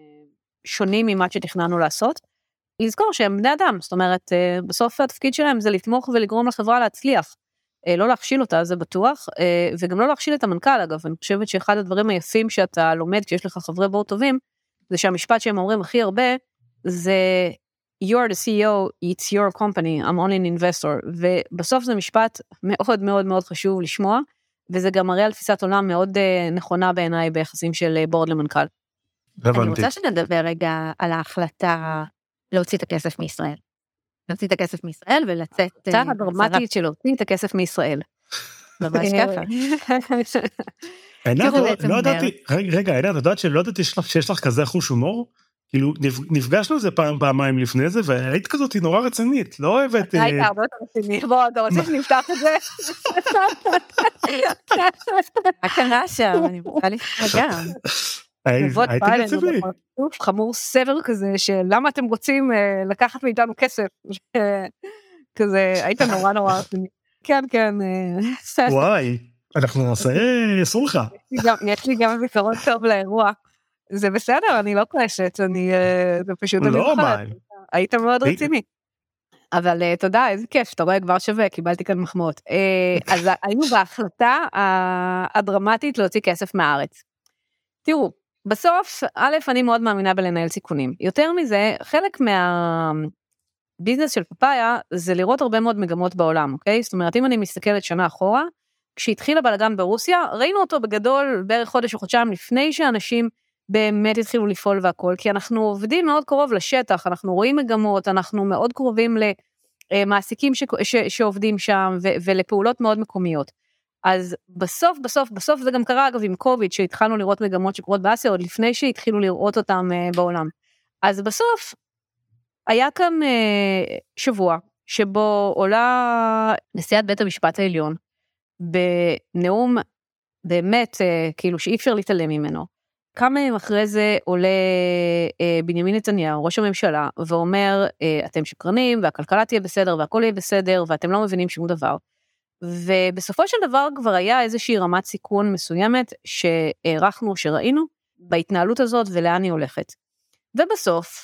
שונים ממה שתכננו לעשות, לזכור שהם בני אדם, זאת אומרת, בסוף התפקיד שלהם זה לתמוך ולגרום לחברה להצליח, לא להכשיל אותה, זה בטוח, וגם לא להכשיל את המנכ"ל, אגב, אני חושבת שאחד הדברים היפים שאתה לומד, כשיש לך חברי בורד טובים, זה שהמשפט שהם אומרים הכי הרבה, זה, you're the סי אי או, it's your company, I'm only an investor, ובסוף זה משפט מאוד מאוד מאוד חשוב לשמוע, וזה גם מראה על תפיסת עולם מאוד נכונה בעיניי, ביחסים של בורד למנכ"ל. אני רוצה שנדבר רגע על ההחלטה להוציא את הכסף מישראל. להוציא את הכסף מישראל ולצאת... אתה הדרמטית של להוציא את הכסף מישראל. ממש ככה. עינת, לא ידעתי, רגע, עינת, את יודעת שלא ידעתי שיש לך כזה חוש הומור? כאילו, נפגשנו זה פעם, פעמיים לפני זה, והיית כזאת נורא רצינית, לא אוהבת... היית הרבה יותר רצינית, בוא, אתה רוצה שנפתח את זה? מה קרה שם? אני רוצה להסתגע. הייתי רציני. חמור סבר כזה, שלמה אתם רוצים לקחת מאיתנו כסף? כזה, היית נורא נורא רציני. כן, כן. וואי, אנחנו נעשה סולחה. יש לי גם זיכרון טוב לאירוע. זה בסדר, אני לא כועסת, אני, זה פשוט... לא, מה? היית מאוד רציני. אבל תודה, איזה כיף, אתה רואה כבר שווה, קיבלתי כאן מחמאות. אז היינו בהחלטה הדרמטית להוציא כסף מהארץ. תראו, בסוף, א', אני מאוד מאמינה בלנהל סיכונים. יותר מזה, חלק מהביזנס של פאפאיה, זה לראות הרבה מאוד מגמות בעולם, אוקיי? זאת אומרת, אם אני מסתכלת שנה אחורה, כשהתחיל הבלגן ברוסיה, ראינו אותו בגדול בערך חודש או חודשיים לפני שאנשים באמת התחילו לפעול והכל, כי אנחנו עובדים מאוד קרוב לשטח, אנחנו רואים מגמות, אנחנו מאוד קרובים למעסיקים ש- ש- שעובדים שם, ו- ולפעולות מאוד מקומיות. אז בסוף, בסוף, בסוף זה גם קרה אגב עם קוביד, שהתחלנו לראות מגמות שקורות באסיה, עוד לפני שהתחילו לראות אותם uh, בעולם. אז בסוף, היה כאן uh, שבוע, שבו עולה נשיאת בית המשפט העליון, בנאום באמת, uh, כאילו שאי אפשר להתעלם ממנו. כמה ימים אחרי זה עולה uh, בנימין נתניהו, ראש הממשלה, ואומר, uh, אתם שקרנים, והכלכלה תהיה בסדר, והכל יהיה בסדר, ואתם לא מבינים שום דבר. ובסופו של דבר כבר היה איזושהי רמת סיכון מסוימת שהערכנו, שראינו בהתנהלות הזאת ולאן היא הולכת. ובסוף,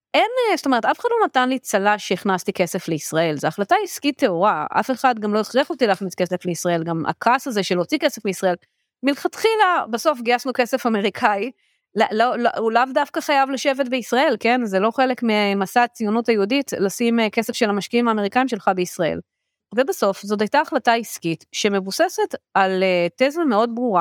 אין, זאת אומרת, אף אחד לא נתן לי צל"ש שהכנסתי כסף לישראל, זו החלטה עסקית טהורה, אף אחד גם לא הכריח אותי להכניס כסף לישראל, גם הכעס הזה של להוציא כסף לישראל, מלכתחילה בסוף גייסנו כסף אמריקאי, לא, לא, לא, הוא לאו דווקא חייב לשבת בישראל, כן? זה לא חלק ממסע הציונות היהודית, לשים כסף של המשקיעים האמריקאים שלך בישראל. ובסוף, זאת הייתה החלטה עסקית, שמבוססת על תזה מאוד ברורה,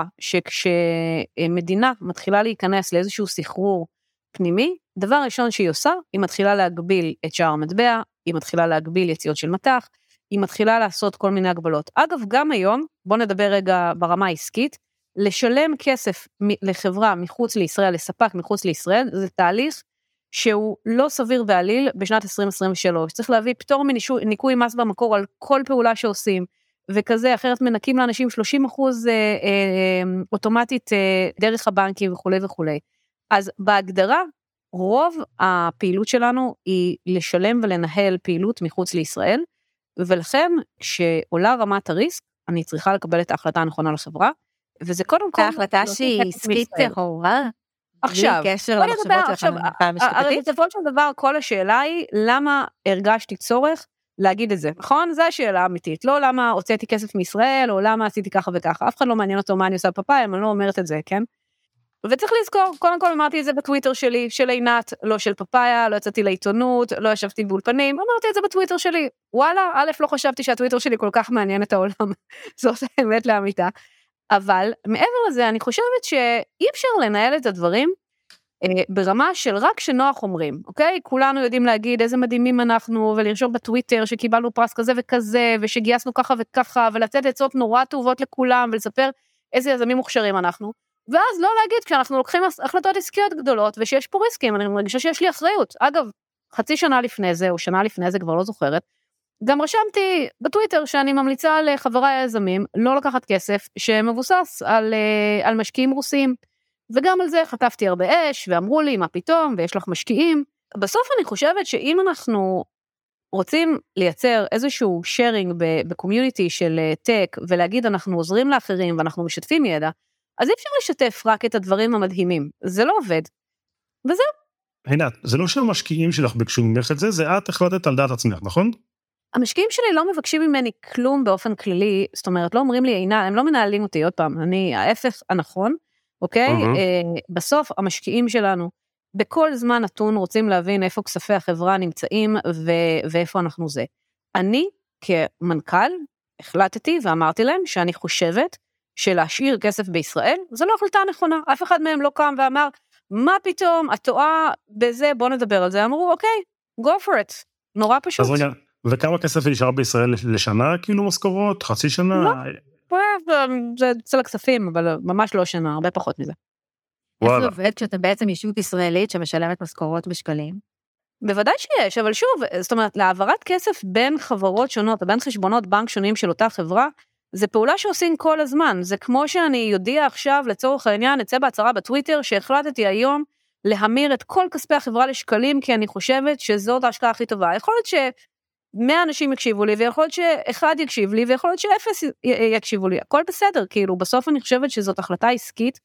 שכשמדינה מתחילה להיכנס לאיזשהו סחרור פנימי, דבר ראשון שהיא עושה, היא מתחילה להגביל את שער המטבע, היא מתחילה להגביל יציאות של מטח, היא מתחילה לעשות כל מיני הגבלות. אגב, גם היום, בוא נדבר רגע ברמה העסקית, לשלם כסף לחברה מחוץ לישראל, לספק מחוץ לישראל, זה תהליך שהוא לא סביר בעליל בשנת עשרים עשרים ושלוש. צריך להביא פטור מניקוי מס במקור על כל פעולה שעושים, וכזה, אחרת מנקים לאנשים שלושים אחוז אה, אה, אוטומטית אה, דרך הבנקים וכו' וכו'. אז בהגדרה, רוב הפעילות שלנו היא לשלם ולנהל פעילות מחוץ לישראל, ולכן כשעולה רמת הריסק, אני צריכה לקבל את ההחלטה הנכונה לחברה, וזה קודם כל... ההחלטה שהיא עסקית טהורה, עכשיו, בלי קשר למחשבות שלך המשפטית. בסופו של דבר, כל השאלה היא, למה הרגשתי צורך להגיד את זה, נכון? זו השאלה האמיתית, לא למה הוצאתי כסף מישראל, או למה עשיתי ככה וככה, אף אחד לא מעניין אותו מה אני עושה בפאפאיה, אני לא אומרת את זה, כן? וצריך לזכור, קודם כל אמרתי את זה בטוויטר שלי, של עינת, לא של פאפאיה, לא יצאתי לעיתונות, לא ישבתי באולפנים, אמרתי את זה בטוויטר שלי, וואלה, א', לא חשבתי שהטוויטר שלי כל כך מעניין את העולם, זאת האמת לאמיתה, אבל מעבר לזה, אני חושבת שאי אפשר לנהל את הדברים, אה, ברמה של רק שנוח אומרים, אוקיי? כולנו יודעים להגיד איזה מדהימים אנחנו, ולרשום בטוויטר שקיבלנו פרס כזה וכזה, ושגייסנו ככה וככה, ולצאת עצות נורא טובות לכולם, ולספר איזה יזמים מוכשרים אנחנו, ואז לא להגיד, כשאנחנו לוקחים החלטות עסקיות גדולות, ושיש פה ריסקים, אני מרגישה שיש לי אחריות. אגב, חצי שנה לפני זה, או שנה לפני זה, כבר לא זוכרת, גם רשמתי בטוויטר שאני ממליצה לחבריי היזמים, לא לקחת כסף שמבוסס על, על משקיעים רוסיים, וגם על זה חטפתי הרבה אש, ואמרו לי, מה פתאום, ויש לך משקיעים. בסוף אני חושבת שאם אנחנו רוצים לייצר איזשהו sharing בקומיוניטי של טק, ולהגיד אנחנו עוזרים לאחרים, ואנחנו משתפים ידע, אז אי אפשר לשתף רק את הדברים המדהימים, זה לא עובד, וזהו. עינת, זה לא שהמשקיעים שלך ביקשו ממך את זה, זה את החלטת על דעת עצמך, נכון? המשקיעים שלי לא מבקשים ממני כלום באופן כללי, זאת אומרת, לא אומרים לי, עינת, הם לא מנהלים אותי, עוד פעם, אני ההפך הנכון, אוקיי? Uh-huh. אה, בסוף המשקיעים שלנו, בכל זמן נתון רוצים להבין איפה כספי החברה נמצאים, ו- ואיפה אנחנו זה. אני, כמנכ"ל, החלטתי ואמרתי להם שאני חושבת, שלהשאיר כסף בישראל, זו לא החלטה נכונה, אף אחד מהם לא קם ואמר, מה פתאום, את טועה בזה, בוא נדבר על זה, אמרו, אוקיי, go for it, נורא פשוט. אז רגע, וכמה כסף נשאר בישראל לשנה, כאילו משכורות, חצי שנה? לא, זה אצל הכספים, אבל ממש לא שנה, הרבה פחות מזה. איך זה עובד כשאתם בעצם ישות ישראלית שמשלמת משכורות בשקלים? בוודאי שיש, אבל שוב, זאת אומרת, להעברת כסף בין חברות שונות, בין חשבונות בנק שונים של אותה חברה, זה פעולה שעושים כל הזמן, זה כמו שאני יודיע עכשיו לצורך העניין, נצא בהצהרה בטוויטר, שהחלטתי היום להמיר את כל כספי החברה לשקלים, כי אני חושבת שזאת ההשקעה הכי טובה. יכול להיות שמאה אנשים יקשיבו לי, ויכול להיות שאחד יקשיב לי, ויכול להיות שאפס יקשיבו לי, הכל בסדר, כאילו בסוף אני חושבת שזאת החלטה עסקית,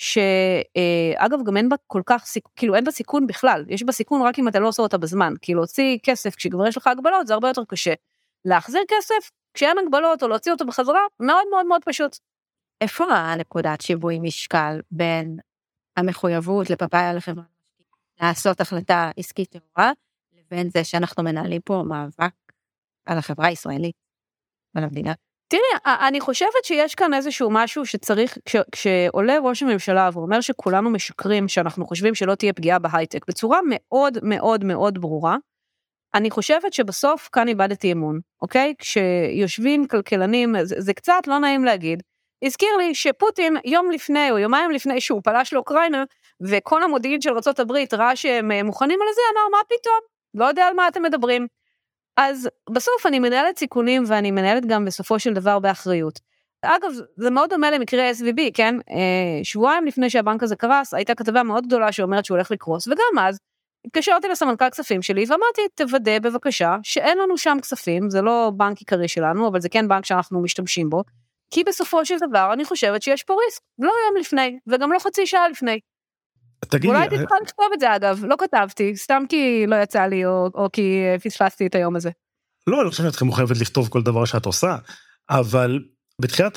שאגב גם אין בה כל כך, כאילו אין בה סיכון בכלל, יש בה סיכון רק אם אתה לא עושה אותה בזמן, כי להוציא כסף כשכבר יש לך הגבלות, זה הרבה יותר קשה. להחזיר כסף, כשאין הגבלות או להוציא אותו בחזרה, מאוד מאוד מאוד פשוט. איפה הנקודת שיווי משקל בין המחויבות לפאפאיה לחברה לעשות החלטה עסקית טהורה, לבין זה שאנחנו מנהלים פה מאבק על החברה הישראלית ועל המדינה? תראי, אני חושבת שיש כאן איזשהו משהו שצריך, כש, כשעולה ראש הממשלה ואומר שכולנו משקרים, שאנחנו חושבים שלא תהיה פגיעה בהייטק, בצורה מאוד מאוד מאוד ברורה, אני חושבת שבסוף כאן איבדתי אמון, אוקיי? כשיושבים כלכלנים, זה, זה קצת לא נעים להגיד, הזכיר לי שפוטין יום לפני או יומיים לפני שהוא פלש לאוקראינה, וכל המודיעין של ארצות הברית ראה שהם מוכנים לזה, אמר, מה פתאום? לא יודע על מה אתם מדברים. אז בסוף אני מנהלת סיכונים, ואני מנהלת גם בסופו של דבר באחריות. אגב, זה מאוד דומה למקרה אס וי בי, כן? שבועיים לפני שהבנק הזה קרס, הייתה כתבה מאוד גדולה שאומרת שהוא הולך לקרוס, וגם אז, התקשרתי לסמנכ"ל כספים שלי, ואמרתי, תוודא בבקשה, שאין לנו שם כספים, זה לא בנק עיקרי שלנו, אבל זה כן בנק שאנחנו משתמשים בו, כי בסופו של דבר אני חושבת שיש פה ריסק, לא יום לפני, וגם לא חצי שעה לפני. תגידי, אולי הייתי צריכה לכתוב את זה אגב, לא כתבתי, סתם כי לא יצא לי, או, או כי פספסתי את היום הזה. לא, אני חושב שאתכם מוכרחת לכתוב כל דבר שאת עושה, אבל בתחילת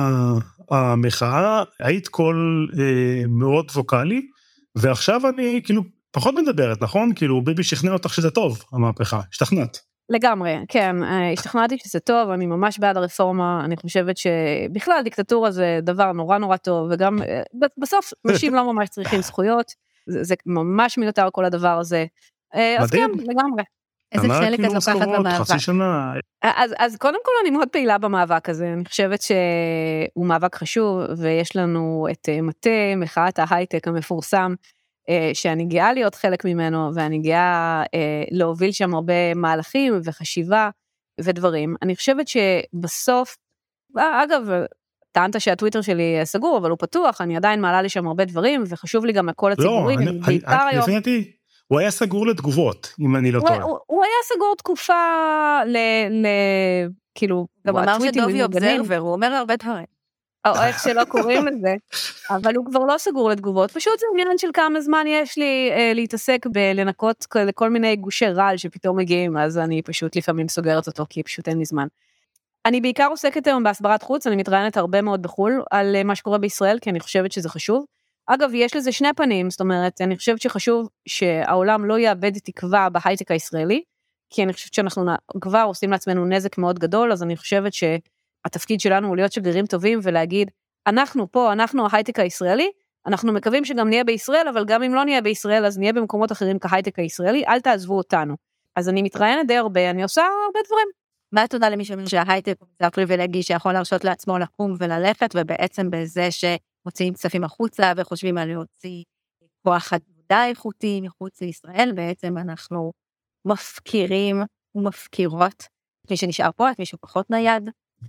המחאה היית קול אה, מאוד ווקלי, ועכשיו אני כאילו פחות מדברת, נכון? כאילו ביבי שכנע אותך שזה טוב, המהפכה, השתכנעת. לגמרי, כן, השתכנעתי שזה טוב, אני ממש בעד הרפורמה, אני חושבת שבכלל דיקטטורה זה דבר נורא נורא טוב, וגם בסוף נשים לא ממש צריכים זכויות, זה, זה ממש מיותר כל הדבר הזה. אז כן, לגמרי. איזה חלק את לוקחת במאבק? חצי שנה. אז, אז קודם כל אני מאוד פעילה במאבק הזה, אני חושבת שהוא מאבק חשוב, ויש לנו את מטה, מחאת ההייטק המפורסם, שאני גאה להיות חלק ממנו, ואני גאה להוביל שם הרבה מהלכים וחשיבה ודברים. אני חושבת שבסוף, אגב, טענת שהטוויטר שלי סגור, אבל הוא פתוח, אני עדיין מעלה לי שם הרבה דברים, וחשוב לי גם הכל הציבורי. לא, לפני אותי, הוא היה סגור לתגובות, אם אני לא טועה. הוא היה סגור תקופה ל... כאילו, גם אמר שדובי אובזרבר, הוא אומר הרבה דברים. או איך שלא קוראים לזה, אבל הוא כבר לא סגור לתגובות, פשוט זה עניין של כמה זמן יש לי אה, להתעסק בלנקות לכל מיני גושי רעל שפתאום מגיעים, אז אני פשוט לפעמים סוגרת אותו, כי פשוט אין לי זמן. אני בעיקר עוסקת היום בהסברת חוץ, אני מתראיינת הרבה מאוד בחול על מה שקורה בישראל, כי אני חושבת שזה חשוב. אגב, יש לזה שני פנים, זאת אומרת, אני חושבת שחשוב שהעולם לא יאבד תקווה בהייטק הישראלי, כי אני חושבת שאנחנו כבר עושים לעצמנו נזק מאוד גדול, אז אני חושבת שהתפקיד שלנו הוא להיות שגרירים טובים ולהגיד, אנחנו פה, אנחנו ההייטק הישראלי, אנחנו מקווים שגם נהיה בישראל, אבל גם אם לא נהיה בישראל, אז נהיה במקומות אחרים כהייטק הישראלי, אל תעזבו אותנו. אז אני מתראיינת די הרבה, אני עושה הרבה דברים. מה תודה למי שאומר שההייטק זה הפריבילגי שיכול להרשות לעצמו לקום וללכת, ובעצם בזה שמוציאים כספים החוצה וחושבים על להוציא כוח עבודה איכותי מחוץ לישראל, בעצם אנחנו מפקירים ומפקירות מי שנשאר פה, את מישהו פחות נייד.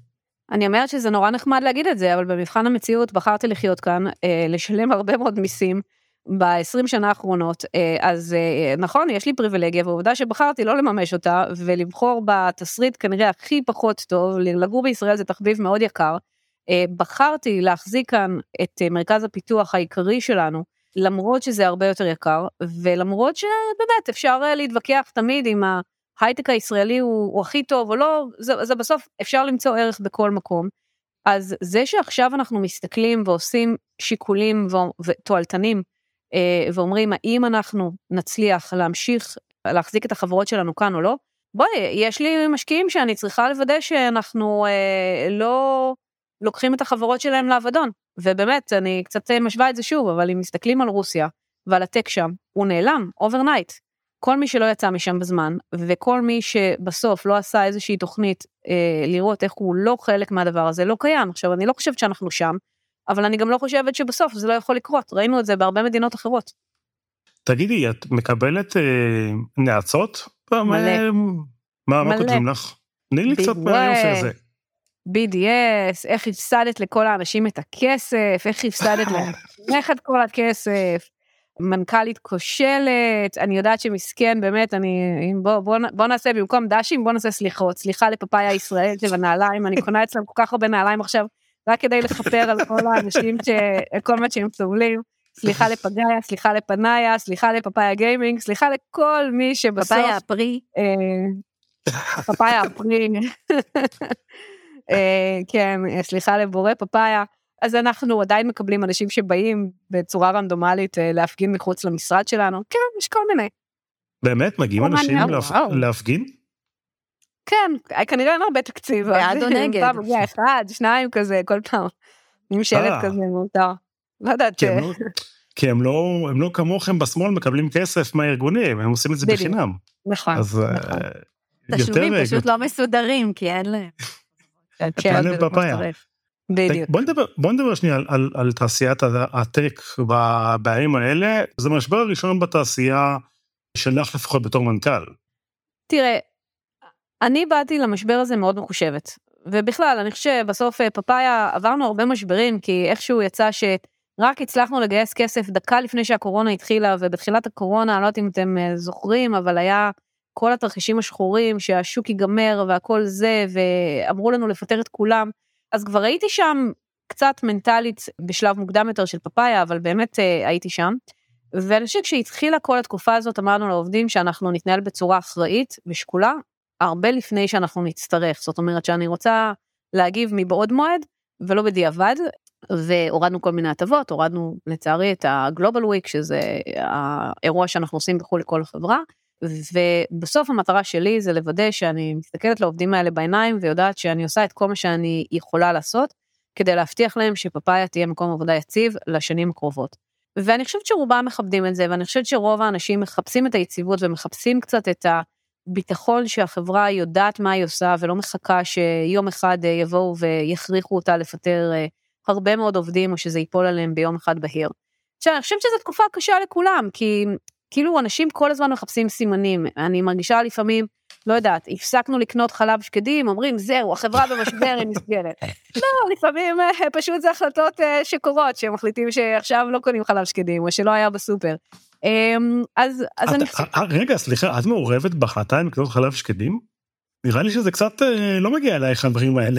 אני אומרת שזה נורא נחמד להגיד את זה, אבל במבחן המציאות בחרתי לחיות כאן, אה, לשלם הרבה מאוד מיסים ב-עשרים שנה האחרונות, אה, אז אה, נכון, יש לי פריבילגיה, ועובדה שבחרתי לא לממש אותה, ולבחור בתסריט כנראה הכי פחות טוב, לגור בישראל זה תחביב מאוד יקר, אה, בחרתי להחזיק כאן את אה, מרכז הפיתוח העיקרי שלנו, למרות שזה הרבה יותר יקר, ולמרות שבאמת אפשר אה, להתווכח תמיד עם ה... הייטק הישראלי הוא, הוא הכי טוב, או לא, זה, זה בסוף אפשר למצוא ערך בכל מקום. אז זה שעכשיו אנחנו מסתכלים ועושים שיקולים ותועלתנים, אה, ואומרים, האם אנחנו נצליח להמשיך להחזיק את החברות שלנו כאן או לא, בואי, יש לי משקיעים שאני צריכה לוודא שאנחנו אה, לא לוקחים את החברות שלהם לעבדון. ובאמת, אני קצת משווה את זה שוב, אבל אם מסתכלים על רוסיה ועל הטק שם, הוא נעלם, אוברנייט. כל מי שלא יצא משם בזמן, וכל מי שבסוף לא עשה איזושהי תוכנית, אה, לראות איך הוא לא חלק מהדבר הזה, לא קיים. עכשיו, אני לא חושבת שאנחנו שם, אבל אני גם לא חושבת שבסוף זה לא יכול לקרות. ראינו את זה בהרבה מדינות אחרות. תגידי, את מקבלת אה, נעצות? מלא. מה, מה כותבים לך? תני לי קצת מהיופי הזה. בי די אס, איך הפסדת לכל האנשים את הכסף, איך הפסדת לך את כל הכסף, מנכ"לית כושלת, אני יודעת שמסכן, באמת, אני, בוא, בוא, בוא נעשה במקום דשים, בוא נעשה סליחות, סליחה לפאפאיה ישראל של הנעליים, אני קונה אצלם כל כך הרבה נעליים עכשיו, רק כדי לכפר על כל האנשים, ש, כל מה שהם סובלים, סליחה לפגאיה, סליחה לפנאיה, סליחה לפאפאיה גיימינג, סליחה לכל מי שבסוף... פאפאיה הפרי. פאפאיה הפרי. כן, סליחה לבורא פאפאיה. אז אנחנו עדיין מקבלים אנשים שבאים בצורה רנדומלית להפגין מחוץ למשרד שלנו. כן, יש כל מיני. באמת? מגיעים אנשים להפגין? כן, כנראה אין הרבה תקציב. בעד או נגד? אחד, שניים כזה, כל פעם. עם שלט כזה מותר. לא יודעת. כי הם לא כמוכם בשמאל מקבלים כסף מהארגונים, הם עושים את זה בחינם. נכון. אז תשלומים פשוט לא מסודרים, כי אין להם. תענה פאפאיה. בדיוק. בוא נדבר, בוא נדבר שנייה על, על, על תעשיית הטק בימים האלה, זה המשבר הראשון בתעשייה שלך לפחות בתור מנכ"ל. תראה, אני באתי למשבר הזה מאוד מחושבת, ובכלל אני חושב שבסוף פאפאיה עברנו הרבה משברים, כי איכשהו יצא שרק הצלחנו לגייס כסף דקה לפני שהקורונה התחילה, ובתחילת הקורונה, אני לא יודעת אם אתם זוכרים, אבל היה כל התרחישים השחורים, שהשוק ייגמר והכל זה, ואמרו לנו לפטר את כולם, אז כבר הייתי שם קצת מנטלית בשלב מוקדם יותר של פאפאיה, אבל באמת הייתי שם, ואני חושבת כשהתחילה כל התקופה הזאת, אמרנו לעובדים שאנחנו נתנהל בצורה אחראית ושקולה, הרבה לפני שאנחנו נצטרך. זאת אומרת שאני רוצה להגיב מבעוד מועד, ולא בדיעבד, והורדנו כל מיני הטבות, הורדנו לצערי את ה-Global Week, שזה האירוע שאנחנו עושים בכל לכל החברה, ובסוף המטרה שלי זה לוודא שאני מסתכלת לעובדים האלה בעיניים, ויודעת שאני עושה את כל מה שאני יכולה לעשות, כדי להבטיח להם שפפאיה תהיה מקום עבודה יציב לשנים הקרובות. ואני חושבת שרובם מכבדים את זה, ואני חושבת שרוב האנשים מחפשים את היציבות, ומחפשים קצת את הביטחון שהחברה יודעת מה היא עושה, ולא מחכה שיום אחד יבואו ויכריחו אותה לפטר הרבה מאוד עובדים, או שזה ייפול עליהם ביום אחד בהיר. עכשיו, אני חושבת שזו תקופה קשה לכולם, כי כאילו אנשים כל הזמן מחפשים סימנים. אני מרגישה לפעמים, לא יודעת, הפסקנו לקנות חלב שקדים, אומרים, זהו, החברה במשבר היא מסגרת. לא, לפעמים פשוט זה החלטות שקורות, שמחליטים שעכשיו לא קונים חלב שקדים, או שלא היה בסופר. אז אני... רגע, סליחה, את מעורבת בהחלטה עם לקנות חלב שקדים? נראה לי שזה קצת לא מגיע אלייך הדברים האלה.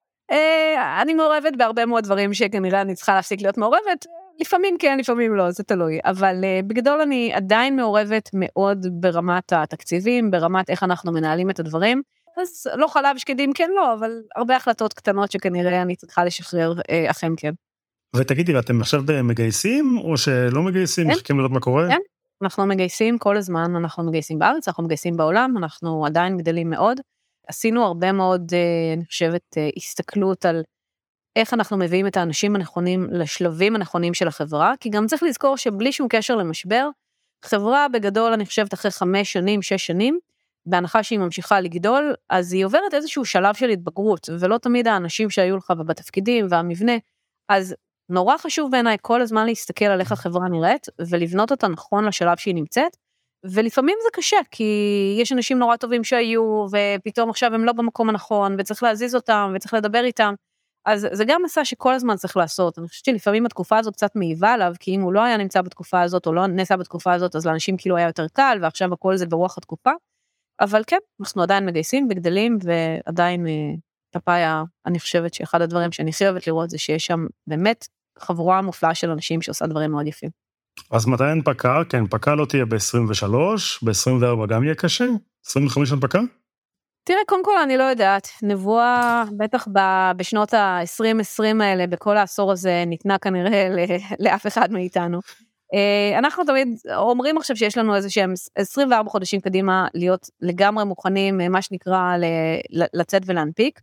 אני מעורבת בהרבה מאוד דברים שכנראה אני צריכה להפסיק להיות מעורבת, לפעמים כן, לפעמים לא, זה תלוי, אבל uh, בגדול אני עדיין מעורבת מאוד ברמת התקציבים, ברמת איך אנחנו מנהלים את הדברים, אז לא חלב שקדים כן לא, אבל הרבה החלטות קטנות שכנראה אני צריכה לשחרר uh, אכן כן. ותגידי, ואתם עכשיו מגייסים, או שלא מגייסים, מחכים לראות מה קורה? כן, אנחנו מגייסים כל הזמן, אנחנו מגייסים בארץ, אנחנו מגייסים בעולם, אנחנו עדיין גדלים מאוד, עשינו הרבה מאוד, uh, אני חושבת, uh, הסתכלות על איך אנחנו מביאים את האנשים הנכונים לשלבים הנכונים של החברה, כי גם צריך לזכור שבלי שום קשר למשבר, חברה בגדול, אני חושבת, אחרי חמש שנים, שש שנים, בהנחה שהיא ממשיכה לגדול, אז היא עוברת איזשהו שלב של התבגרות, ולא תמיד האנשים שהיו לך בתפקידים והמבנה, אז נורא חשוב בעיניי כל הזמן להסתכל על איך החברה נראית, ולבנות אותה נכון לשלב שהיא נמצאת, ולפעמים זה קשה, כי יש אנשים נורא טובים שהיו, ופתאום עכשיו הם לא במקום הנכון, וצריך להזיז אותם, וצריך לדבר איתם, אז זה גם מסע שכל הזמן צריך לעשות. אני חושבת שלפעמים התקופה הזאת קצת מעיבה עליו, כי אם הוא לא היה נמצא בתקופה הזאת, או לא נעשה בתקופה הזאת, אז לאנשים כאילו היה יותר קל, ועכשיו הכל זה ברוח התקופה. אבל כן, אנחנו עדיין מגייסים וגדלים, ועדיין פפאיה, אני חושבת שאחד הדברים שאני חייבת לראות, זה שיש שם באמת חבורה מופלאה של אנשים שעושה דברים מאוד יפים. אז מתי הנפקה? כן, הנפקה לא תהיה ב-עשרים ושלוש, ב-עשרים וארבע גם יהיה קשה? עשרים וחמש הנפקה? תראה, קודם כל אני לא יודעת, נבואה בטח בשנות ה-עשרים עשרים האלה, בכל העשור הזה ניתנה כנראה לאף אחד מאיתנו. אנחנו תמיד אומרים עכשיו שיש לנו איזה שהם עשרים וארבעה חודשים קדימה להיות לגמרי מוכנים, מה שנקרא לצאת ולהנפיק,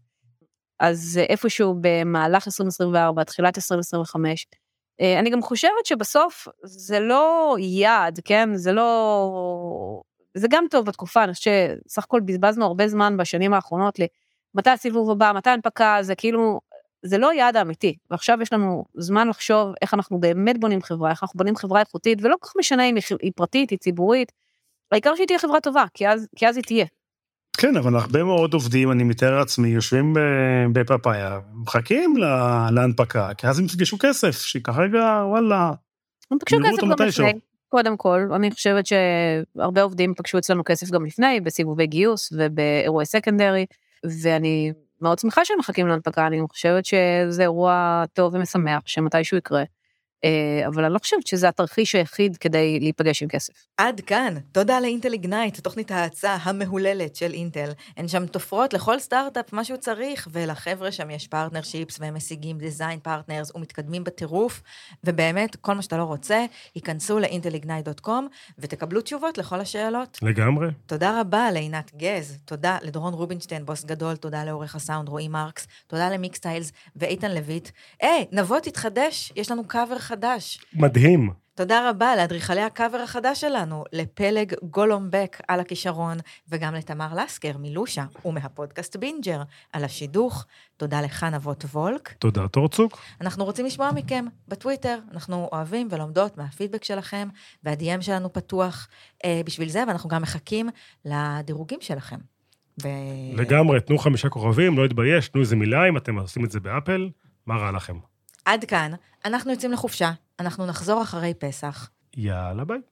אז איפשהו במהלך עשרים עשרים וארבע, תחילת עשרים עשרים וחמש, אני גם חושבת שבסוף זה לא יעד, כן? זה לא... זה גם טוב בתקופה, אני חושב שסך הכל בזבזנו הרבה זמן בשנים האחרונות, למתי הסיבוב הבא, מתי הנפקה, זה כאילו, זה לא יעד האמיתי, ועכשיו יש לנו זמן לחשוב איך אנחנו באמת בונים חברה, איך אנחנו בונים חברה איכותית, ולא כל כך משנה אם היא פרטית, היא ציבורית, העיקר שהיא תהיה חברה טובה, כי אז, כי אז היא תהיה. כן, אבל הרבה מאוד עובדים, אני מתאר עצמי, יושבים בפפאיה, מחכים להנפקה, כי אז הם יפגשו כסף, שכרגע, וואלה, הם פגשו כסף גם לפני. קודם כל, אני חושבת שהרבה עובדים פגשו אצלנו כסף גם לפני, בסיבובי גיוס ובאירועי סקנדרי, ואני מאוד שמחה שהם מחכים להנפקה, אני חושבת שזה אירוע טוב ומשמח, שמתישהו יקרה, אבל אני לא חושבת שזה התרחיש היחיד כדי להיפגש עם כסף. עד כאן, תודה לאינטל איגנייט, תוכנית ההצעה המהוללת של אינטל. הן שם תופרות לכל סטארט-אפ מה שהוא צריך, ולחבר'ה שם יש פרטנרשיפס, והם משיגים דיזיין פרטנרס, ומתקדמים בטירוף, ובאמת, כל מה שאתה לא רוצה, ייכנסו ל-אינטל איגנייט דוט קום, ותקבלו תשובות לכל השאלות. לגמרי. תודה רבה לעינת גז, תודה לדורון רובינשטיין, בוס גדול, תודה לעורך הסאונד רועי מרקס, תודה למיקסטיילס ואיתן לויט. היי, נבוא תתחדש, יש לנו קאבר חדש. מדהים. תודה רבה לאדריכלי הקאבר החדש שלנו, לפלג גולומבק על הכישרון, וגם לתמר לסקר מלושה ומהפודקאסט בינג'ר על השידוך. תודה לך נבות וולק. תודה תורצוק. אנחנו רוצים לשמוע מכם בטוויטר, אנחנו אוהבים ולומדות מהפידבק שלכם, וה-די אם שלנו פתוח אה, בשביל זה, ואנחנו גם מחכים לדירוגים שלכם. ו... לגמרי, תנו חמישה כוכבים, לא התבייש, תנו איזה מילה, אם אתם עושים את זה באפל, מה רע לכם? עד כאן, אנחנו יוצאים לחופשה, אנחנו נחזור אחרי פסח. יאללה ביי.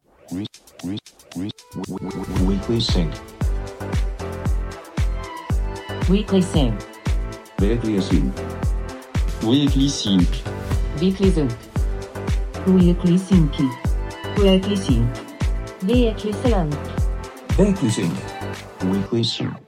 Weekly Sync. Weekly Sync. Weekly Sync. Weekly Sync. Weekly Sync. Weekly Sync. Weekly Sync. Weekly Sync. Weekly Sync. Weekly Sync.